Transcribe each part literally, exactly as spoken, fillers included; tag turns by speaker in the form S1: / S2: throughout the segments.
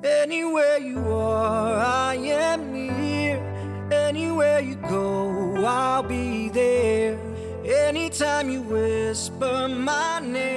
S1: Anywhere you are, I am near. Anywhere you go, I'll be there. Anytime you whisper my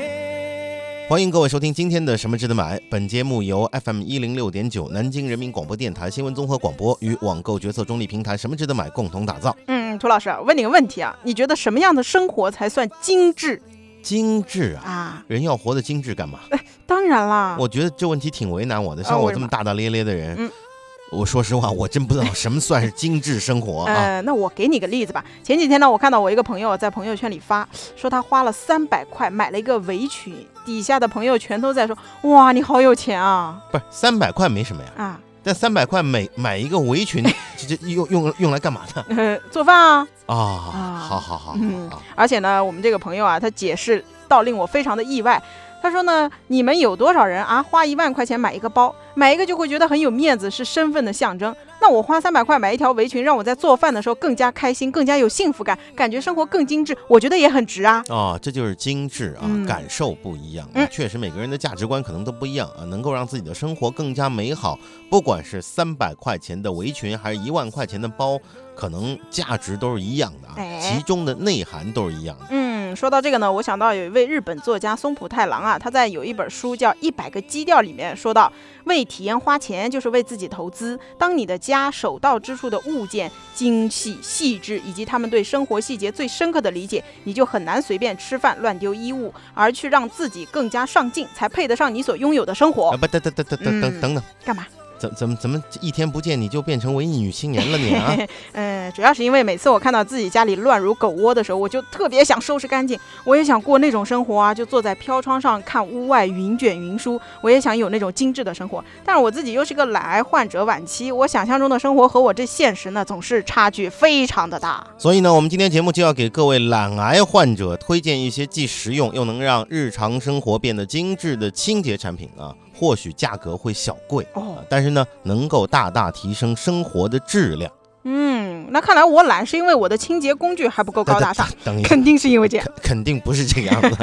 S1: name.
S2: 欢迎各位收听今天的什么值得买。本节目由 F M 一零六点九 南京人民广播电台新闻综合广播与网购决策中立平台什么值得买共同打造。
S3: 嗯，涂老师，问你个问题啊，你觉得什么样的生活才算精致？
S2: 精致啊，
S3: 啊
S2: 人要活得精致干嘛？
S3: 哎，当然啦。
S2: 我觉得这问题挺为难我的。像我这么大大咧咧的人，嗯，我说实话，我真不知道什么算是精致生活啊。
S3: 呃，那我给你个例子吧。前几天呢，我看到我一个朋友在朋友圈里发，说他花了三百块买了一个围裙，底下的朋友全都在说，哇，你好有钱啊！
S2: 不是三百块没什么呀，
S3: 啊，
S2: 但三百块买买一个围裙，这这用用用来干嘛呢？
S3: 呃，做饭啊。
S2: 啊、
S3: 啊，
S2: 好好好，
S3: 嗯，而且呢，我们这个朋友啊，他解释到令我非常的意外。他说呢，你们有多少人啊，花一万块钱买一个包，买一个就会觉得很有面子，是身份的象征。那我花三百块买一条围裙，让我在做饭的时候更加开心，更加有幸福感，感觉生活更精致，我觉得也很值啊。
S2: 哦，这就是精致啊，
S3: 嗯、
S2: 感受不一样、啊
S3: 嗯。
S2: 确实每个人的价值观可能都不一样啊，能够让自己的生活更加美好，不管是三百块钱的围裙还是一万块钱的包，可能价值都是一样的啊，
S3: 哎、
S2: 其中的内涵都是一样的。
S3: 嗯，说到这个呢，我想到有一位日本作家松浦太郎啊，他在有一本书叫《一百个基调》里面说到，为体验花钱就是为自己投资。当你的家手到之处的物件精细细致，以及他们对生活细节最深刻的理解，你就很难随便吃饭乱丢衣物，而去让自己更加上进，才配得上你所拥有的生活。
S2: 啊，不，等等等等等等等等，
S3: 干嘛？
S2: 怎怎么怎么一天不见你就变成文艺女青年了你啊？
S3: 嗯，主要是因为每次我看到自己家里乱如狗窝的时候，我就特别想收拾干净。我也想过那种生活啊，就坐在飘窗上看屋外云卷云舒。我也想有那种精致的生活，但是我自己又是个懒癌患者晚期，我想象中的生活和我这现实呢，总是差距非常的大。
S2: 所以呢，我们今天节目就要给各位懒癌患者推荐一些既实用又能让日常生活变得精致的清洁产品啊。或许价格会小贵、
S3: 哦、
S2: 但是呢，能够大大提升生活的质量。
S3: 嗯，那看来我懒是因为我的清洁工具还不够高大上，
S2: 等一下，
S3: 肯定是因为这样，
S2: 肯定不是这个样子。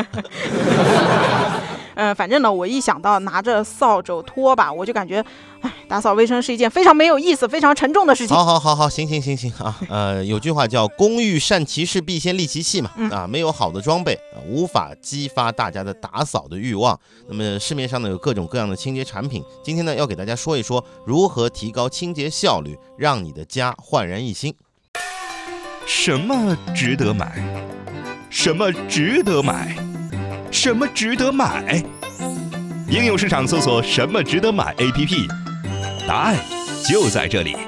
S3: 嗯，反正呢，我一想到拿着扫帚拖把，我就感觉，哎，打扫卫生是一件非常没有意思、非常沉重的事情。
S2: 好好好好，行行行行啊，呃，有句话叫“工欲善其事，必先利其器”嘛，
S3: 嗯、
S2: 啊，没有好的装备啊，无法激发大家的打扫的欲望。那么市面上呢有各种各样的清洁产品，今天呢要给大家说一说如何提高清洁效率，让你的家焕然一新。
S4: 什么值得买？什么值得买？什么值得买？应用市场搜索什么值得买 A P P， 答案就在这里。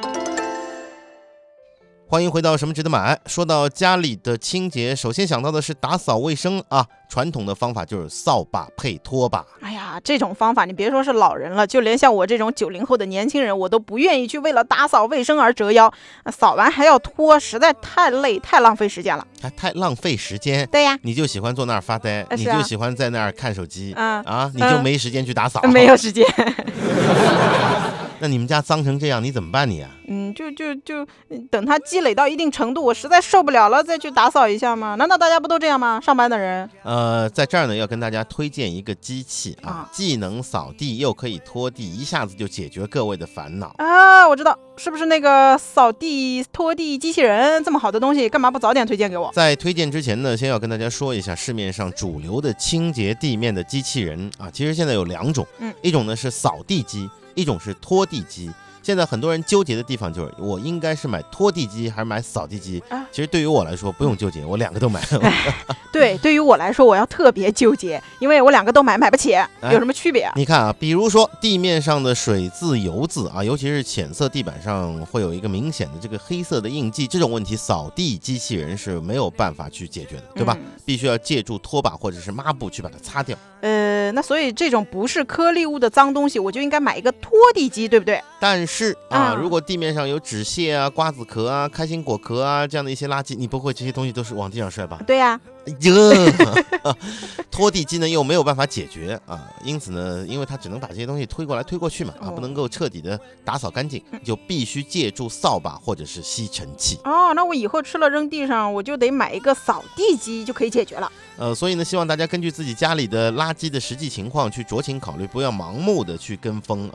S2: 欢迎回到什么值得买。说到家里的清洁，首先想到的是打扫卫生啊。传统的方法就是扫把配拖把。
S3: 哎呀，这种方法你别说是老人了，就连像我这种九零后的年轻人，我都不愿意去为了打扫卫生而折腰。扫完还要拖，实在太累，太浪费时间了。
S2: 还太浪费时间。
S3: 对呀，
S2: 你就喜欢坐那儿发呆、
S3: 啊、
S2: 你就喜欢在那儿看手机、
S3: 嗯、
S2: 啊，你就没时间去打扫。
S3: 嗯、没有时间。
S2: 那你们家脏成这样，你怎么办你啊？
S3: 嗯，就就就等它积累到一定程度，我实在受不了了，再去打扫一下吗？难道大家不都这样吗？上班的人。
S2: 呃，在这儿呢，要跟大家推荐一个机器啊，
S3: 啊
S2: 既能扫地又可以拖地，一下子就解决各位的烦恼
S3: 啊！我知道，是不是那个扫地拖地机器人？这么好的东西，干嘛不早点推荐给我？
S2: 在推荐之前呢，先要跟大家说一下市面上主流的清洁地面的机器人啊，其实现在有两种，
S3: 嗯，
S2: 一种呢是扫地机，一种是拖地机。现在很多人纠结的地方就是我应该是买拖地机还是买扫地机、啊、其实对于我来说不用纠结，我两个都买。
S3: 对，对于我来说我要特别纠结，因为我两个都买买不起，有什么区别啊？
S2: 你看啊，比如说地面上的水渍油渍啊，尤其是浅色地板上会有一个明显的这个黑色的印记，这种问题扫地机器人是没有办法去解决的，对吧、嗯、必须要借助拖把或者是抹布去把它擦掉。
S3: 呃，那所以这种不是颗粒物的脏东西，我就应该买一个拖地机，对不对？
S2: 但是啊、嗯，如果地面上有纸屑啊、瓜子壳啊、开心果壳啊这样的一些垃圾，你不会这些东西都是往地上摔吧？
S3: 对呀、啊。
S2: 拖地机呢又没有办法解决啊，因此呢，因为它只能把这些东西推过来推过去嘛，啊，不能够彻底的打扫干净，就必须借助扫把或者是吸尘器。
S3: 哦，那我以后吃了扔地上，我就得买一个扫地机就可以解决了。
S2: 呃，所以呢，希望大家根据自己家里的垃圾的实际情况去酌情考虑，不要盲目的去跟风啊。
S3: 呃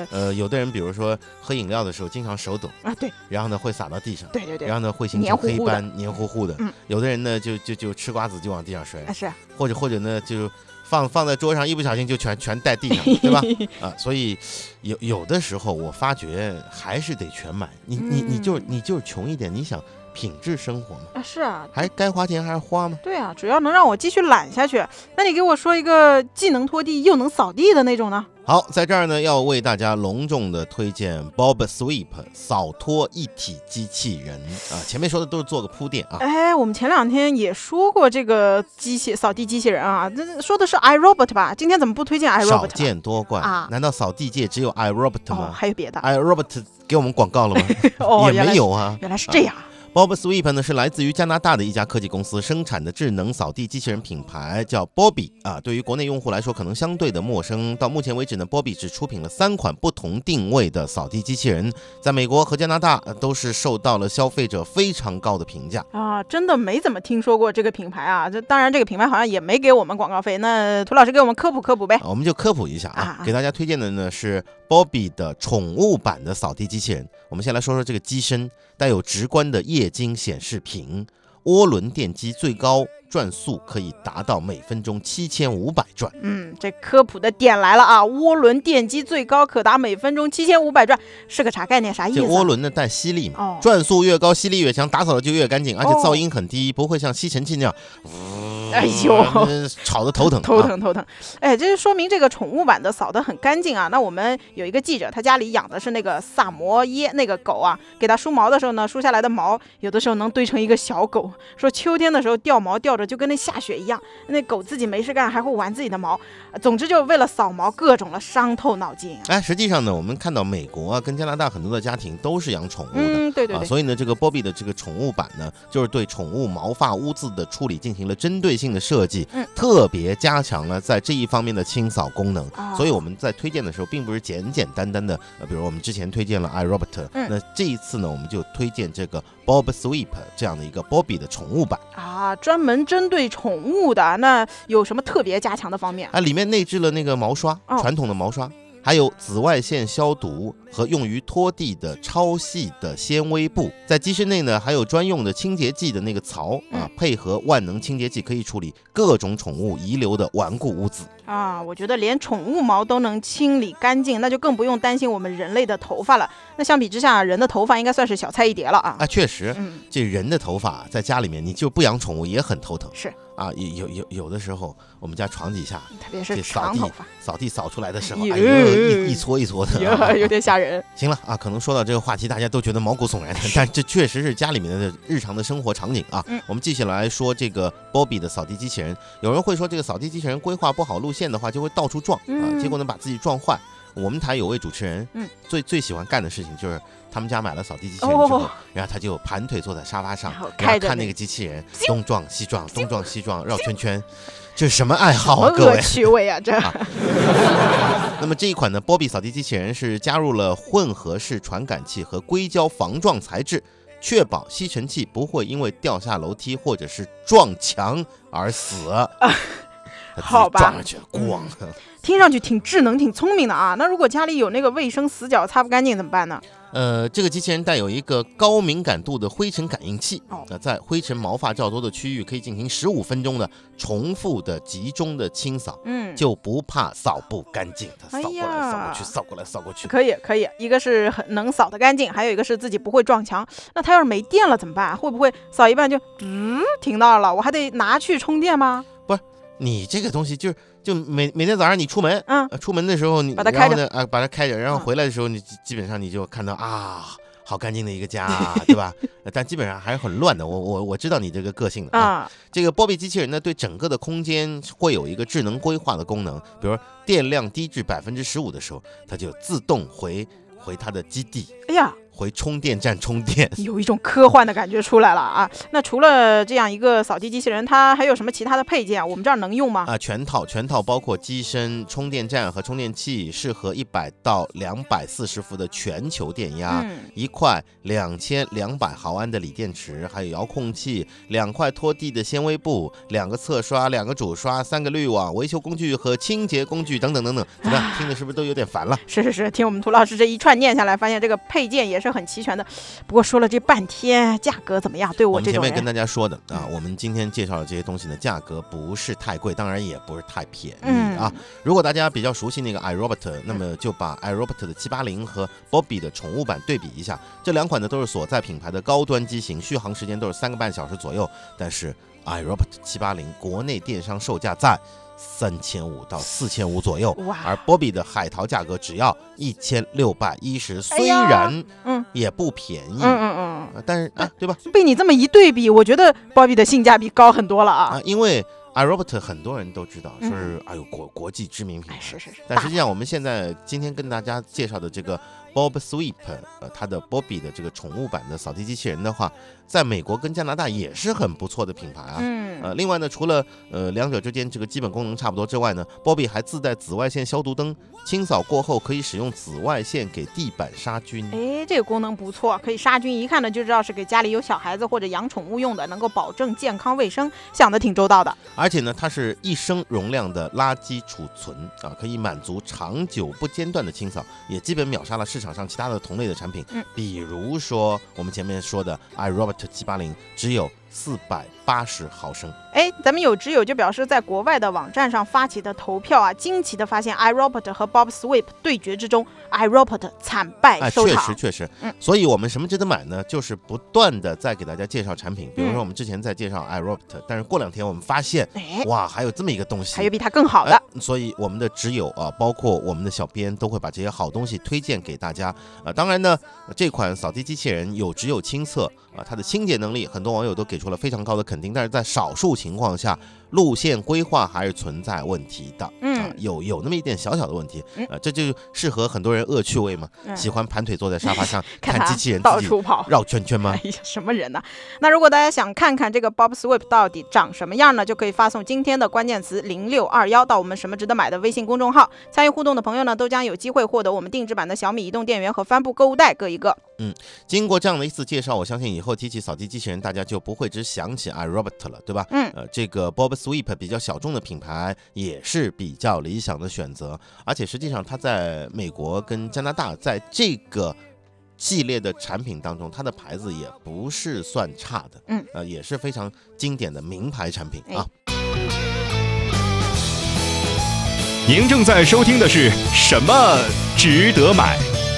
S3: 呃
S2: 呃，有的人比如说喝饮料的时候经常手抖
S3: 啊，对，
S2: 然后呢会洒到地上，
S3: 对对对，
S2: 然后呢会形成黑斑，黏糊糊的。
S3: 嗯，
S2: 有的人呢就就就吃瓜子就往地上摔，
S3: 啊是，
S2: 或者或者呢就放放在桌上，一不小心就全全带地上，对吧？啊，所以有有的时候我发觉还是得全买，你你你就你就是穷一点，你想品质生活嘛？
S3: 啊是啊，
S2: 还该花钱还是花吗？
S3: 对啊，主要能让我继续懒下去。那你给我说一个既能拖地又能扫地的那种呢？
S2: 好，在这儿呢，要为大家隆重的推荐 Bob Sweep 扫拖一体机器人啊。前面说的都是做个铺垫啊。
S3: 哎，我们前两天也说过这个机器扫地机器人啊，这说的是 iRobot 吧？今天怎么不推荐 iRobot？
S2: 少见多怪
S3: 啊！
S2: 难道扫地界只有 iRobot 吗？
S3: 哦，还有别的
S2: ？iRobot 给我们广告了吗？
S3: 哦，
S2: 也没有啊。
S3: 原来是这样。啊
S2: Bob Sweep 呢是来自于加拿大的一家科技公司生产的智能扫地机器人品牌，叫 Bobi 啊。对于国内用户来说，可能相对的陌生。到目前为止呢 ，Bobi 只出品了三款不同定位的扫地机器人，在美国和加拿大都是受到了消费者非常高的评价
S3: 啊。真的没怎么听说过这个品牌啊。这当然，这个品牌好像也没给我们广告费。那涂老师给我们科普科普呗。
S2: 啊、我们就科普一下啊，
S3: 啊
S2: 给大家推荐的呢是 Bobi 的宠物版的扫地机器人。我们先来说说这个机身，带有直观的液晶显示屏，涡轮电机最高转速可以达到每分钟七千五百转。
S3: 嗯，这科普的点来了啊！涡轮电机最高可达每分钟七千五百转，是个啥概念？啥意思、啊？
S2: 这涡轮呢带吸力嘛、
S3: 哦，
S2: 转速越高，吸力越强，打扫的就越干净，而且噪音很低，哦、不会像吸尘器那样，
S3: 哎呦，
S2: 吵得头疼，
S3: 头疼头疼。哎，这就说明这个宠物版的扫得很干净啊。那我们有一个记者，他家里养的是那个萨摩耶那个狗啊，给他梳毛的时候呢，梳下来的毛有的时候能堆成一个小狗。说秋天的时候掉毛掉着就跟那下雪一样，那狗自己没事干还会玩自己的毛。总之就为了扫毛各种的伤透脑筋、啊。
S2: 哎，实际上呢，我们看到美国啊跟加拿大很多的家庭都是养宠物的，
S3: 嗯，对对对、
S2: 啊，所以呢，这个 Bobi 的这个宠物版呢，就是对宠物毛发污渍的处理进行了针对性的设计，
S3: 嗯，
S2: 特别加强了在这一方面的清扫功能。
S3: 哦、
S2: 所以我们在推荐的时候，并不是简简单单的，呃，比如我们之前推荐了 iRobot，
S3: 嗯，
S2: 那这一次呢，我们就推荐这个 Bob Sweep 这样的一个 Bobi 的宠物版
S3: 啊，专门针对宠物的。那有什么特别加强的方面
S2: 啊？里面内置了那个毛刷，
S3: 哦、
S2: 传统的毛刷。还有紫外线消毒和用于拖地的超细的纤维布，在机身内呢还有专用的清洁剂的那个槽啊，配合万能清洁剂可以处理各种宠物遗留的顽固污渍
S3: 啊。我觉得连宠物毛都能清理干净，那就更不用担心我们人类的头发了。那相比之下，人的头发应该算是小菜一碟了啊。
S2: 啊，确实，
S3: 嗯，
S2: 这人的头发在家里面，你就不养宠物也很头疼。
S3: 是
S2: 啊，有有有的时候，我们家床底下，
S3: 特别是长头发，
S2: 扫地扫出来的时候，哎呦，一一撮一撮的、
S3: 啊，有点吓人。
S2: 行了啊，可能说到这个话题，大家都觉得毛骨悚然的，但这确实是家里面的日常的生活场景啊。
S3: 嗯、
S2: 我们继续来说这个 Bobi 的扫地机器人。有人会说，这个扫地机器人规划不好路线的话，就会到处撞、
S3: 嗯、
S2: 啊，结果呢把自己撞坏。我们台有位主持人，
S3: 嗯，
S2: 最最喜欢干的事情就是，他们家买了扫地机器人之后，
S3: 哦、
S2: 然后他就盘腿坐在沙发上，
S3: 然后
S2: 看那个机器人东撞西撞，东撞西撞，绕圈圈，这是什么爱好啊，各位？
S3: 恶趣味啊，这。
S2: 啊那么这一款呢 ，Bobi 扫地机器人是加入了混合式传感器和硅胶防撞材质，确保吸尘器不会因为掉下楼梯或者是撞墙而死。啊
S3: 好吧，
S2: 撞上去，咣、嗯！
S3: 听上去挺智能、挺聪明的啊。那如果家里有那个卫生死角擦不干净怎么办呢？
S2: 呃，这个机器人带有一个高敏感度的灰尘感应器，
S3: 哦，
S2: 呃、在灰尘毛发较多的区域可以进行十五分钟的重复的集中的清扫，
S3: 嗯，
S2: 就不怕扫不干净。它扫过来、
S3: 哎、
S2: 扫过去，扫过来扫过去，
S3: 可以可以。一个是很能扫得干净，还有一个是自己不会撞墙。那它要是没电了怎么办？会不会扫一半就嗯停到了？我还得拿去充电吗？
S2: 不是，你这个东西就是就每每天早上你出门，
S3: 嗯，
S2: 呃、出门的时候你
S3: 把它开着，
S2: 然后呢啊把它开着，然后回来的时候你基本上你就看到啊。好干净的一个家、啊，对吧？但基本上还是很乱的。我我我知道你这个个性的啊。
S3: 啊
S2: 这个 Bobi 机器人呢，对整个的空间会有一个智能规划的功能，比如电量低至百分之十五的时候，它就自动回回它的基地。
S3: 哎呀，
S2: 回充电站充电，
S3: 有一种科幻的感觉出来了啊。那除了这样一个扫地机器人，它还有什么其他的配件啊？我们这儿能用吗？
S2: 啊，全套全套包括机身、充电站和充电器，适合一百到两百四十伏的全球电压，
S3: 嗯、
S2: 一块两千两百毫安的锂电池，还有遥控器，两块拖地的纤维布，两个侧刷，两个主刷，三个滤网，维修工具和清洁工具等等等等。怎么样？听的是不是都有点烦了？
S3: 是是是，听我们涂老师这一串念下来，发现这个配件也是很齐全的。不过说了这半天，价格怎么样？对我这种人，
S2: 我们前面跟大家说的啊，我们今天介绍的这些东西呢，价格不是太贵，当然也不是太便宜、嗯、啊。如果大家比较熟悉那个 iRobot， 那么就把 iRobot 的七八零和 Bobby 的宠物版对比一下，这两款呢都是所在品牌的高端机型，续航时间都是三个半小时左右，但是 iRobot 七八零国内电商售价在三千五到四千五左右，而波比的海淘价格只要一千六百一十，虽然嗯也不便宜，嗯嗯嗯，但是啊，对吧？
S3: 被你这么一对比，我觉得波比的性价比高很多了啊！
S2: 啊，因为 iRobot 很多人都知道，说是哎呦国国际知名品牌，
S3: 是是是。
S2: 但实际上我们现在今天跟大家介绍的这个 Bob Sweep， 呃，它的 Bobby 的这个宠物版的扫地机器人的话，在美国跟加拿大也是很不错的品牌啊。嗯。呃，另外呢，除了呃两者之间这个基本功能差不多之外呢 ，Bobby 还自带紫外线消毒灯，清扫过后可以使用紫外线给地板杀菌。
S3: 哎，这个功能不错，可以杀菌，一看呢就知道是给家里有小孩子或者养宠物用的，能够保证健康卫生，想得挺周到的。
S2: 而且呢，它是一升容量的垃圾储存啊，可以满足长久不间断的清扫，也基本秒杀了市场上其他的同类的产品。嗯，比如说我们前面说的 iRobot 七八零，只有四百八十毫升。
S3: 哎，咱们有知友就表示，在国外的网站上发起的投票啊，惊奇的发现 iRobot 和 Bob Sweep 对决之中 ，iRobot 惨败收场。
S2: 哎、确实确实，嗯，所以我们什么值得买呢？就是不断的在给大家介绍产品，比如说我们之前在介绍 iRobot，、嗯、但是过两天我们发现，哎，哇，还有这么一个东西，
S3: 还有比它更好的。
S2: 哎、所以我们的知友啊，包括我们的小编都会把这些好东西推荐给大家啊。当然呢，这款扫地机器人有只有亲测啊，它的清洁能力，很多网友都给出了非常高的肯定，但是在少数情况下，路线规划还是存在问题的，嗯，啊、有有那么一点小小的问题，嗯、呃，这就适合很多人恶趣味嘛，嗯、喜欢盘腿坐在沙发上看机器人
S3: 到处跑
S2: 绕圈圈吗？
S3: 哎呀，什么人呢、啊？那如果大家想看看这个 Bob Sweep 到底长什么样呢，就可以发送今天的关键词零六二一到我们什么值得买的微信公众号，参与互动的朋友呢，都将有机会获得我们定制版的小米移动电源和帆布购物袋各一个。
S2: 嗯，经过这样的一次介绍，我相信以后提起扫地机器人，大家就不会只想起 iRobot 了，对吧？嗯，呃，这个 Bob Sweep 比较小众的品牌也是比较理想的选择，而且实际上它在美国跟加拿大在这个系列的产品当中，它的牌子也不是算差的，嗯，呃，也是非常经典的名牌产品啊。
S4: 您正在收听的是什么值得买？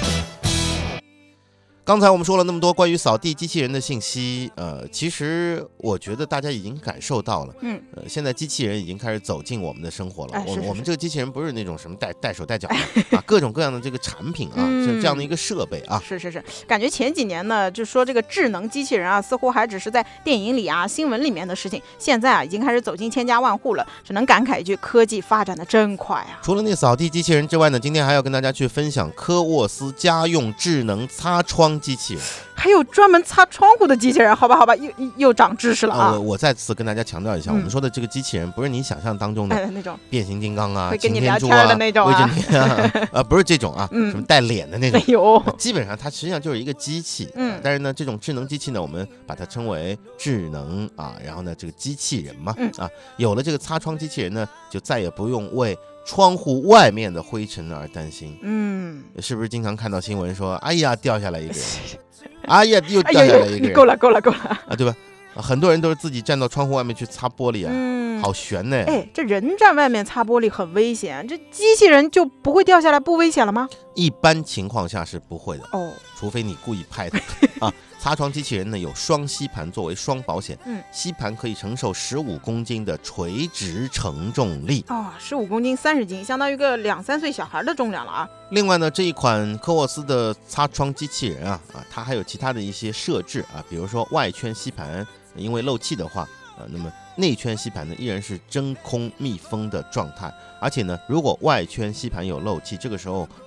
S2: 刚才我们说了那么多关于扫地机器人的信息，呃，其实我觉得大家已经感受到了，嗯，呃，现在机器人已经开始走进我们的生活了。哎、我我们这个机器人不是那种什么带带手带脚的啊，各种各样的这个产品啊，嗯、是这样的一个设备啊。
S3: 是是是，感觉前几年呢，就说这个智能机器人啊，似乎还只是在电影里啊、新闻里面的事情，现在啊，已经开始走进千家万户了。只能感慨一句，科技发展的真快啊！
S2: 除了那扫地机器人之外呢，今天还要跟大家去分享科沃斯家用智能擦窗机器人，
S3: 还有专门擦窗户的机器人，好吧好吧，又又长知识了啊！
S2: 呃、我我再次跟大家强调一下、嗯，我们说的这个机器人不是你想象当中的、哎、那种变形金刚啊、
S3: 会跟你聊天的那种啊、
S2: 威震天啊，呃，不是这种啊，嗯、什么带脸的那种。
S3: 哎呦，
S2: 基本上它实际上就是一个机器，嗯，但是呢，这种智能机器呢，我们把它称为智能啊，然后呢，这个机器人嘛，嗯、啊，有了这个擦窗机器人呢，就再也不用为窗户外面的灰尘而担心。嗯，是不是经常看到新闻说，哎呀，掉下来一个人，哎呀，又掉下来一个人，
S3: 够了，够了，够了
S2: 啊，对吧？很多人都是自己站到窗户外面去擦玻璃啊，嗯、好悬呢。
S3: 哎，这人站外面擦玻璃很危险，这机器人就不会掉下来，不危险了吗？
S2: 一般情况下是不会的哦，除非你故意拍的啊。擦窗机器人呢有双吸盘作为双保险，嗯，吸盘可以承受十五公斤的垂直承重力
S3: 哦，十五公斤三十斤，相当于个两三岁小孩的重量了啊。
S2: 另外呢，这一款科沃斯的擦窗机器人啊啊，它还有其他的一些设置啊，比如说外圈吸盘，因为漏气的话，呃，那么内圈吸盘呢依然是真空密封的状态，而且呢，如果外圈吸盘有漏气，这个时候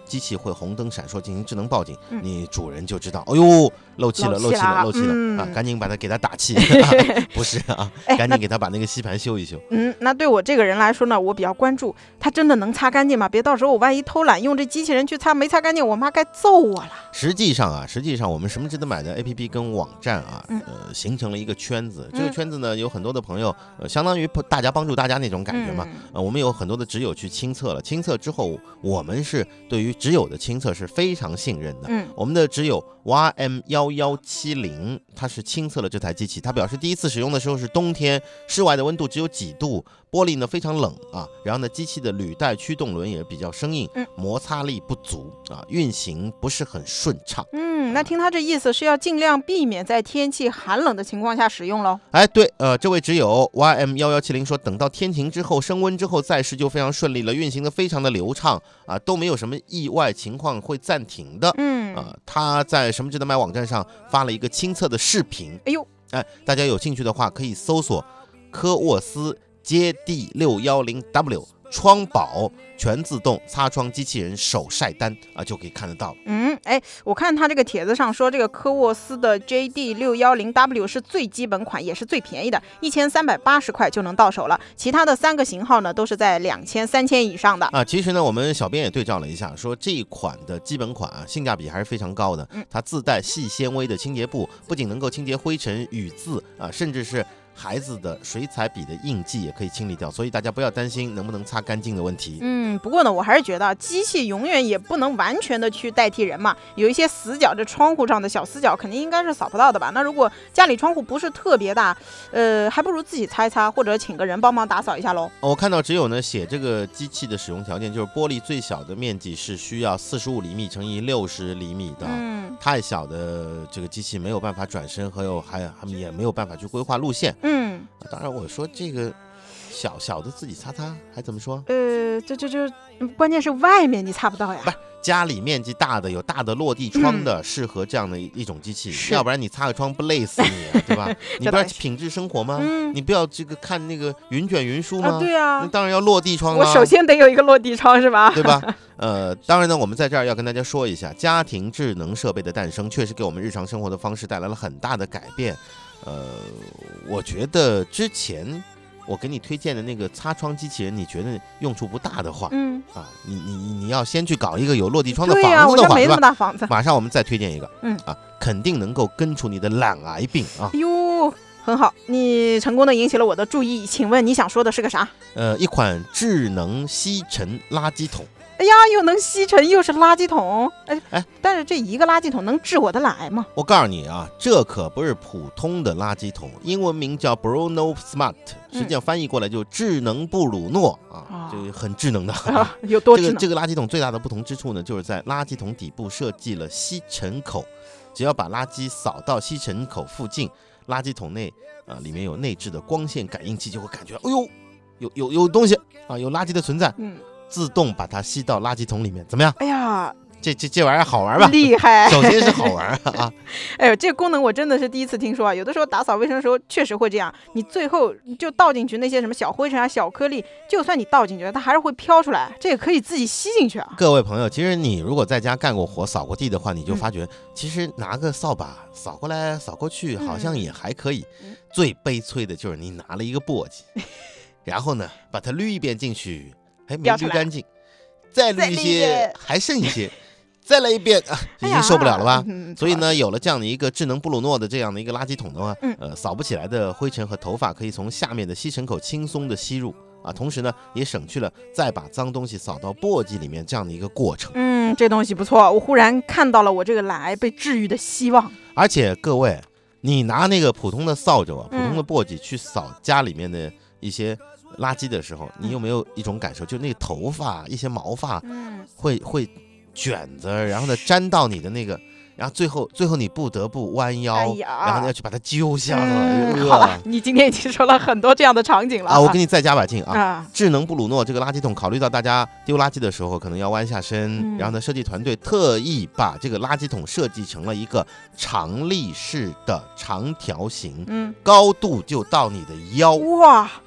S2: 机器会红灯闪烁进行智能报警，
S3: 嗯、
S2: 你主人就知道，哎呦漏气了漏气了漏气了、
S3: 嗯、
S2: 啊，赶紧把它给它打气、啊、不是啊，赶紧给它把那个吸盘修一修。
S3: 嗯，那对我这个人来说呢，我比较关注它真的能擦干净吗？别到时候我万一偷懒用这机器人去擦没擦干净，我妈该揍我了。
S2: 实际上啊，实际上我们什么值得买的 A P P 跟网站啊，
S3: 嗯、
S2: 呃，形成了一个圈子。这个圈子呢，有很多的朋友，呃，相当于大家帮助大家那种感觉嘛。
S3: 嗯、
S2: 呃，我们有很多的挚友去亲测了，亲测之后，我们是对于挚友的亲测是非常信任的。
S3: 嗯，
S2: 我们的挚友 Y M 一一七零，他是亲测了这台机器，他表示第一次使用的时候是冬天，室外的温度只有几度，玻璃呢非常冷啊，然后呢机器的履带驱动轮也比较生硬，
S3: 嗯、
S2: 摩擦力不足啊，运行不是很顺畅。
S3: 嗯，那听他这意思是要尽量避免在天气寒冷的情况下使用喽。
S2: 哎，对，呃，这位挚友 Y M 一一七零说，等到天晴之后升温之后再试就非常顺利了，运行的非常的流畅啊，都没有什么意外情况会暂停的。
S3: 嗯
S2: 啊，他在什么值得买网站上发了一个亲测的视频。
S3: 哎呦，
S2: 哎，大家有兴趣的话可以搜索科沃斯 J D 六一零 W 窗宝全自动擦窗机器人手晒单啊，就可以看得到。
S3: 嗯，哎，我看他这个帖子上说，这个科沃斯的 J D 六一零 W 是最基本款，也是最便宜的，一千三百八十块就能到手了。其他的三个型号呢，都是在两千、三千以上的
S2: 啊。其实呢，我们小编也对照了一下，说这一款的基本款啊，性价比还是非常高的。
S3: 嗯，
S2: 它自带细纤维的清洁布，不仅能够清洁灰尘、雨渍啊，甚至是孩子的水彩笔的印记也可以清理掉，所以大家不要担心能不能擦干净的问题。
S3: 嗯，不过呢，我还是觉得机器永远也不能完全的去代替人嘛，有一些死角，这窗户上的小死角肯定应该是扫不到的吧？那如果家里窗户不是特别大，呃，还不如自己擦一擦，或者请个人帮忙打扫一下喽。
S2: 我看到只有呢写这个机器的使用条件，就是玻璃最小的面积是需要四十五厘米乘以六十厘米的。
S3: 嗯，
S2: 太小的这个机器没有办法转身，还有还还也没有办法去规划路线。
S3: 嗯，
S2: 当然我说这个小小的自己擦擦还怎么说？
S3: 呃，这这这，关键是外面你擦不到呀。
S2: 不是，家里面积大的有大的落地窗的，嗯、适合这样的一种机器，要不然你擦个窗不累死你啊，对吧？你不要品质生活吗？
S3: 嗯、
S2: 你不要这个看那个云卷云舒吗？
S3: 啊对啊，
S2: 那当然要落地窗了。
S3: 我首先得有一个落地窗是吧？
S2: 对吧？呃，当然呢，我们在这儿要跟大家说一下，家庭智能设备的诞生确实给我们日常生活的方式带来了很大的改变。呃，我觉得之前我给你推荐的那个擦窗机器人，你觉得用处不大的话，嗯啊，你你你要先去搞一个有落地窗的房子的话，对、啊、
S3: 我家没那么大房子，
S2: 马上我们再推荐一个，
S3: 嗯
S2: 啊，肯定能够根除你的懒癌病啊。
S3: 哟，很好，你成功的引起了我的注意，请问你想说的是个啥？
S2: 呃，一款智能吸尘垃圾桶。
S3: 哎呀，又能吸尘又是垃圾桶，哎
S2: 哎，
S3: 但是这一个垃圾桶能治我的懒癌吗？
S2: 我告诉你啊，这可不是普通的垃圾桶，英文名叫 Bruno Smart， 实际上翻译过来就智能布鲁诺、嗯、啊，就很智能的。
S3: 啊、有多智能？
S2: 这个这个垃圾桶最大的不同之处呢，就是在垃圾桶底部设计了吸尘口，只要把垃圾扫到吸尘口附近，垃圾桶内啊、呃、里面有内置的光线感应器，就会感觉，哎呦，有有有东西啊，有垃圾的存在。嗯。自动把它吸到垃圾桶里面，怎么样？
S3: 哎呀，
S2: 这这这玩意儿好玩吧？
S3: 厉害！
S2: 首先是好玩啊！
S3: 哎呦，这个功能我真的是第一次听说啊！有的时候打扫卫生的时候确实会这样，你最后就倒进去那些什么小灰尘啊、小颗粒，就算你倒进去，它还是会飘出来。这个可以自己吸进去啊！
S2: 各位朋友，其实你如果在家干过活、扫过地的话，你就发觉，嗯、其实拿个扫把扫过来、扫过去，好像也还可以。嗯、最悲催的就是你拿了一个簸箕，然后呢，把它捋一遍进去。还没捋干净，再捋一些，还剩一些，再来一遍啊，已经受不了了吧？
S3: 哎、
S2: 所以呢，有了这样的一个智能布鲁诺的这样的一个垃圾桶的话，嗯、呃，扫不起来的灰尘和头发可以从下面的吸尘口轻松的吸入啊，同时呢，也省去了再把脏东西扫到簸箕里面这样的一个过程。
S3: 嗯，这东西不错，我忽然看到了我这个懒癌被治愈的希望。
S2: 而且各位，你拿那个普通的扫帚啊，普通的簸箕去扫家里面的一些垃圾的时候，你有没有一种感受，就那个头发一些毛发会会卷着，然后呢粘到你的那个，然后最后最后你不得不弯腰，
S3: 哎、
S2: 然后要去把它揪下来、
S3: 嗯、好了，你今天已经说了很多这样的场景了啊！
S2: 我给你再加把劲啊！
S3: 啊
S2: 智能布鲁诺这个垃圾桶，考虑到大家丢垃圾的时候可能要弯下身、嗯、然后呢，设计团队特意把这个垃圾桶设计成了一个长立式的长条形，嗯，高度就到你的腰。
S3: 哇！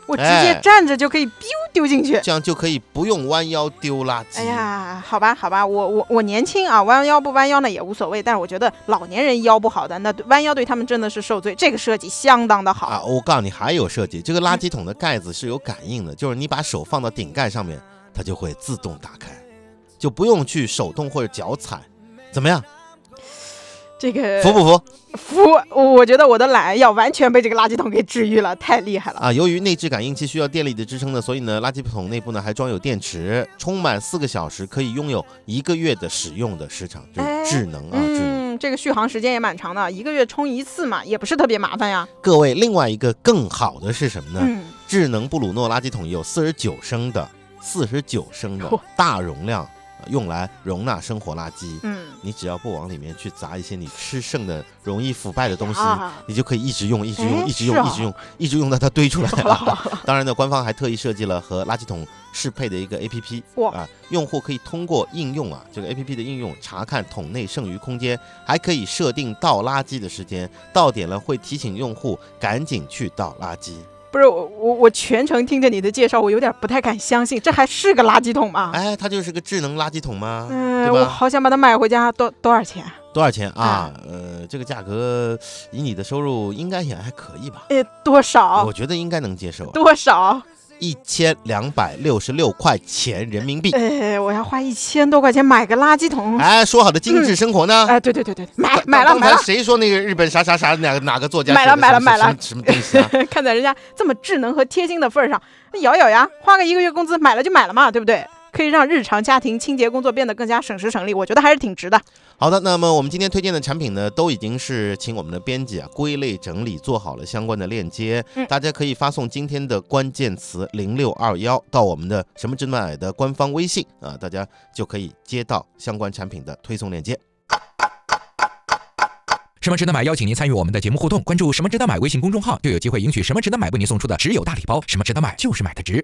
S3: 我直接站着就可以 biu 丢进去，
S2: 这样就可以不用弯腰丢垃圾。
S3: 哎呀，好吧，好吧，我我我年轻啊，弯腰不弯腰呢也无所谓，但是我觉得老年人腰不好的，那弯腰对他们真的是受罪。这个设计相当的好
S2: 啊！我告诉你，还有设计，这个垃圾桶的盖子是有感应的，嗯、就是你把手放到顶盖上面，它就会自动打开，就不用去手动或者脚踩，怎么样？
S3: 这个
S2: 服不服？
S3: 服！我觉得我的懒要完全被这个垃圾桶给治愈了，太厉害了
S2: 啊！由于内置感应器需要电力的支撑呢，所以呢，垃圾桶内部呢还装有电池，充满四个小时可以拥有一个月的使用的时长，就是智能啊，
S3: 哎、
S2: 智能。
S3: 嗯，这个续航时间也蛮长的，一个月充一次嘛，也不是特别麻烦呀。
S2: 各位，另外一个更好的是什么呢？
S3: 嗯、
S2: 智能布鲁诺垃圾桶有四十九升的，四十九升的大容量。用来容纳生活垃圾，
S3: 嗯，
S2: 你只要不往里面去砸一些你吃剩的容易腐败的东西，
S3: 啊、
S2: 你就可以一直用，一直用，一直用，
S3: 啊、
S2: 一直用，一直用到它堆出来了。当然呢，官方还特意设计了和垃圾桶适配的一个 A P P， 啊，用户可以通过应用啊这个 A P P 的应用查看桶内剩余空间，还可以设定倒垃圾的时间，到点了会提醒用户赶紧去倒垃圾。
S3: 不是我我我全程听着你的介绍，我有点不太敢相信，这还是个垃圾桶吗？
S2: 哎，它就是个智能垃圾桶吗？
S3: 嗯、
S2: 对吧？
S3: 我好想把它买回家，多多少钱？
S2: 多少钱啊？嗯、呃，这个价格以你的收入应该也还可以吧？
S3: 哎，多少？
S2: 我觉得应该能接受、啊。
S3: 多少？
S2: 一千两百六十六块钱人民币。
S3: 哎，我要花一千多块钱买个垃圾桶。
S2: 哎，说好的精致生活呢？
S3: 哎、嗯，对对对对，买买了买了。
S2: 谁说那个日本啥啥啥哪个哪个作家
S3: 买了买了买了
S2: 什么东西啊？
S3: 看在人家这么智能和贴心的份儿上，咬咬牙花个一个月工资买了就买了嘛，对不对？可以让日常家庭清洁工作变得更加省时省力，我觉得还是挺值的。
S2: 好的，那么我们今天推荐的产品呢，都已经是请我们的编辑啊归类整理做好了相关的链接，嗯、大家可以发送今天的关键词零六二一到我们的什么值得买的官方微信啊，大家就可以接到相关产品的推送链接。
S5: 什么值得买？邀请您参与我们的节目互动，关注什么值得买微信公众号，就有机会赢取什么值得买为您送出的只有大礼包。什么值得买？就是买的值。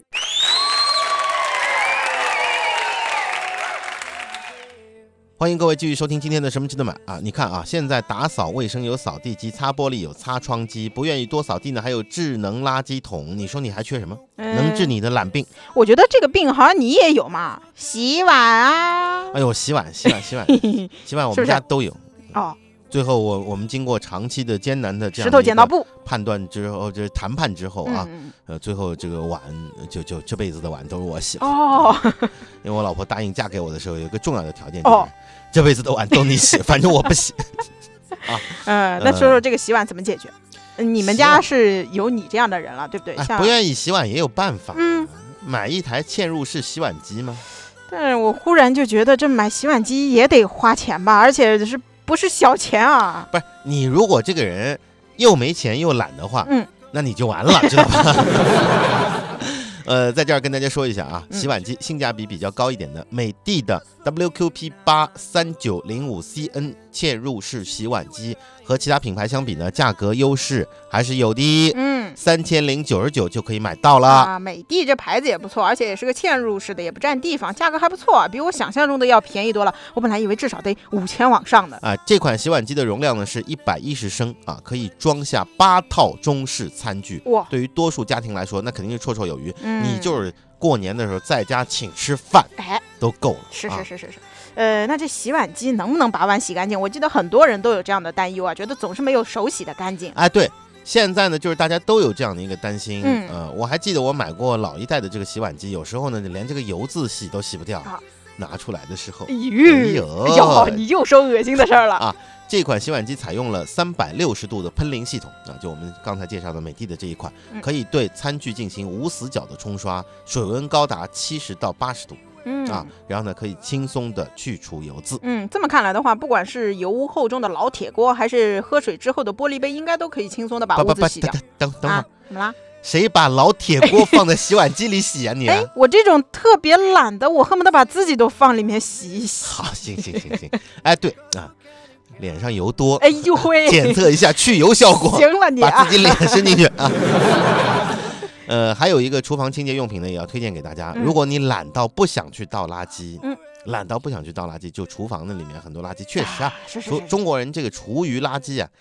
S2: 欢迎各位继续收听今天的什么值得买啊！你看啊，现在打扫卫生有扫地机，擦玻璃有擦窗机，不愿意多扫地呢，还有智能垃圾桶。你说你还缺什么？嗯、能治你的懒病？
S3: 我觉得这个病好像你也有嘛，洗碗啊！
S2: 哎呦，洗碗，洗碗，洗碗，洗碗，我们家都有。
S3: 是是哦。
S2: 最后我我们经过长期的艰难的这样
S3: 石头剪刀布
S2: 判断之后，就是谈判之后啊，
S3: 嗯、
S2: 呃，最后这个碗就就这辈子的碗都是我洗了
S3: 哦。
S2: 因为我老婆答应嫁给我的时候，有一个重要的条件就是、哦、这辈子的碗都你洗，反正我不洗。
S3: 啊，嗯，那说说这个洗碗怎么解决？呃、你们家是有你这样的人了，对不对？
S2: 哎、不愿意洗碗也有办法，
S3: 嗯，
S2: 买一台嵌入式洗碗机吗？
S3: 但是我忽然就觉得这买洗碗机也得花钱吧，而且是。不是小钱啊！
S2: 不是你，如果这个人又没钱又懒的话，
S3: 嗯，
S2: 那你就完了，知道吧？呃，在这儿跟大家说一下啊，洗碗机性价比比较高一点的，美的的 W Q P 八三九零五 C N 嵌入式洗碗机和其他品牌相比呢，价格优势还是有的。
S3: 嗯，
S2: 三千零九十九就可以买到了
S3: 啊。美的这牌子也不错，而且也是个嵌入式的，也不占地方，价格还不错，比我想象中的要便宜多了。我本来以为至少得五千往上的
S2: 啊。这款洗碗机的容量呢是一百一十升啊，可以装下八套中式餐具。
S3: 哇，
S2: 对于多数家庭来说，那肯定是绰绰有余。
S3: 嗯、
S2: 你就是过年的时候在家请吃饭，
S3: 哎，
S2: 都够了。
S3: 是是是是是。呃，那这洗碗机能不能把碗洗干净？我记得很多人都有这样的担忧啊，觉得总是没有手洗的干净。
S2: 哎，对，现在呢，就是大家都有这样的一个担心。
S3: 嗯，
S2: 呃，我还记得我买过老一代的这个洗碗机，有时候呢，连这个油渍洗都洗不掉，啊、拿出来的时候，
S3: 哎呦，哎呦，你又说恶心的事儿了
S2: 啊！这款洗碗机采用了三百六十度的喷淋系统啊，就我们刚才介绍的美的的这一款，
S3: 嗯、
S2: 可以对餐具进行无死角的冲刷，水温高达七十到八十度。
S3: 嗯
S2: 啊，然后呢，可以轻松的去除油渍。
S3: 嗯，这么看来的话，不管是油污厚重的老铁锅，还是喝水之后的玻璃杯，应该都可以轻松的把污渍洗掉。
S2: 等等会儿、
S3: 啊，怎么啦？
S2: 谁把老铁锅放在洗碗机里洗啊你啊？
S3: 哎，我这种特别懒的，我恨不得把自己都放里面洗一洗。
S2: 好，行行行行。哎，对啊，脸上油多，
S3: 哎呦喂，
S2: 检测一下去油效果。
S3: 行了你、啊，
S2: 把自己脸伸进去啊。呃，还有一个厨房清洁用品呢，也要推荐给大家。
S3: 嗯、
S2: 如果你懒到不想去倒垃圾，
S3: 嗯，
S2: 懒到不想去倒垃圾，就厨房那里面很多垃圾，确实啊，
S3: 啊是是是是
S2: 中国人这个厨余垃圾啊，
S3: 嗯，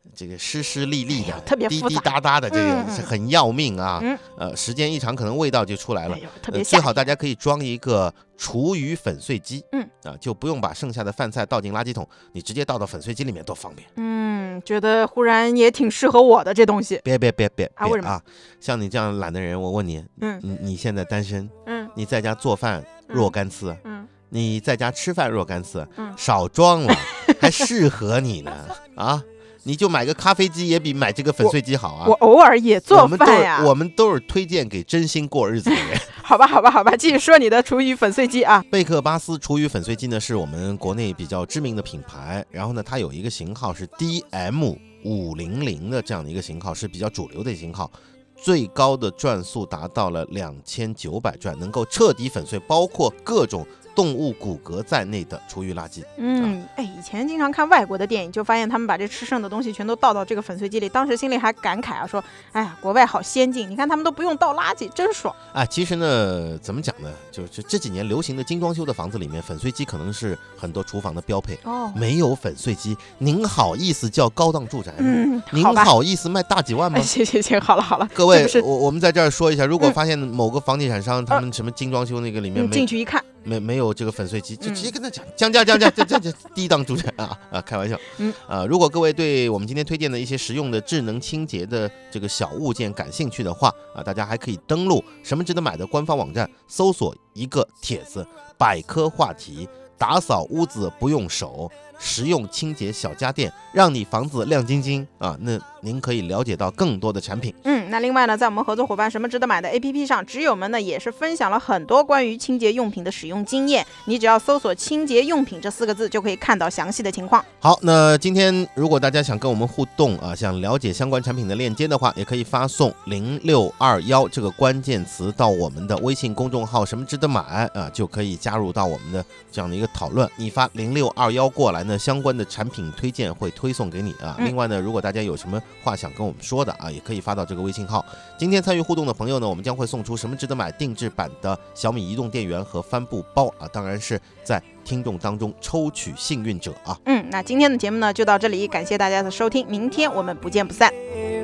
S2: 这个湿湿沥沥的，
S3: 特别
S2: 滴滴答答的，这个是很要命啊。
S3: 嗯、
S2: 呃，时间一长，可能味道就出来了。
S3: 哎、特别、呃、
S2: 最好大家可以装一个厨余粉碎机，
S3: 嗯
S2: 啊，就不用把剩下的饭菜倒进垃圾桶，你直接倒到粉碎机里面多方便。
S3: 嗯，觉得忽然也挺适合我的这东西。
S2: 别别别别
S3: 啊！为什么
S2: 啊？像你这样懒的人，我问你，
S3: 嗯，
S2: 你你现在单身，
S3: 嗯，
S2: 你在家做饭若干次，
S3: 嗯，
S2: 你在家吃饭若干次，
S3: 嗯，
S2: 少装了，还适合你呢啊！你就买个咖啡机也比买这个粉碎机好啊！
S3: 我, 我偶尔也做饭呀、
S2: 啊，我们都是推荐给真心过日子的人。
S3: 好吧，好吧，好吧，继续说你的厨余粉碎机啊。
S2: 贝克巴斯厨余粉碎机呢，是我们国内比较知名的品牌，然后呢，它有一个型号是 D M 五零零的这样的一个型号，是比较主流的型号。最高的转速达到了两千九百转，能够彻底粉碎包括各种动物骨骼在内的厨余垃圾。
S3: 嗯，哎，以前经常看外国的电影，就发现他们把这吃剩的东西全都倒到这个粉碎机里，当时心里还感慨啊，说，哎呀，国外好先进，你看他们都不用倒垃圾，真爽。
S2: 啊，其实呢，怎么讲呢？就是这几年流行的精装修的房子里面，粉碎机可能是很多厨房的标配。
S3: 哦，
S2: 没有粉碎机，您好意思叫高档住宅吗？
S3: 嗯，
S2: 您好意思卖大几万吗？
S3: 哎、行行行，好了好了，
S2: 各位，我我们在这儿说一下，如果发现某个房地产商、嗯、他们什么精装修那个里面没、
S3: 嗯、进去一看。
S2: 没没有这个粉碎机，就直接跟他讲降价降价，这这这低档住宅啊啊，开玩笑。
S3: 嗯
S2: 啊，如果各位对我们今天推荐的一些实用的智能清洁的这个小物件感兴趣的话啊，大家还可以登录什么值得买的官方网站，搜索一个帖子，百科话题，打扫屋子不用手，实用清洁小家电，让你房子亮晶晶啊！那您可以了解到更多的产品。
S3: 嗯，那另外呢，在我们合作伙伴什么值得买的 A P P 上，挚友们呢也是分享了很多关于清洁用品的使用经验。你只要搜索清洁用品这四个字，就可以看到详细的情况。
S2: 好，那今天如果大家想跟我们互动啊，想了解相关产品的链接的话，也可以发送零六二一这个关键词到我们的微信公众号什么值得买啊，就可以加入到我们的这样的一个讨论。你发零六二一过来呢，相关的产品推荐会推送给你啊。另外呢，如果大家有什么话想跟我们说的啊，也可以发到这个微信号。今天参与互动的朋友呢，我们将会送出什么值得买定制版的小米移动电源和帆布包啊，当然是在听众当中抽取幸运者啊。
S3: 嗯，那今天的节目呢就到这里，感谢大家的收听，明天我们不见不散。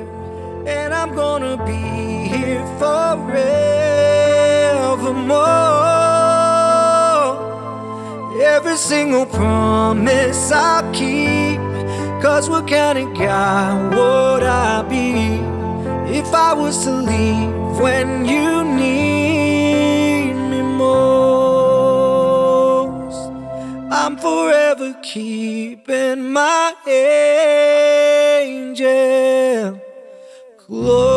S1: And I'm gonna be here forevermore. Every single promise I'll keep, 'cause what kind of guy would I be if I was to leave when you need me most? I'm forever keeping my angel close.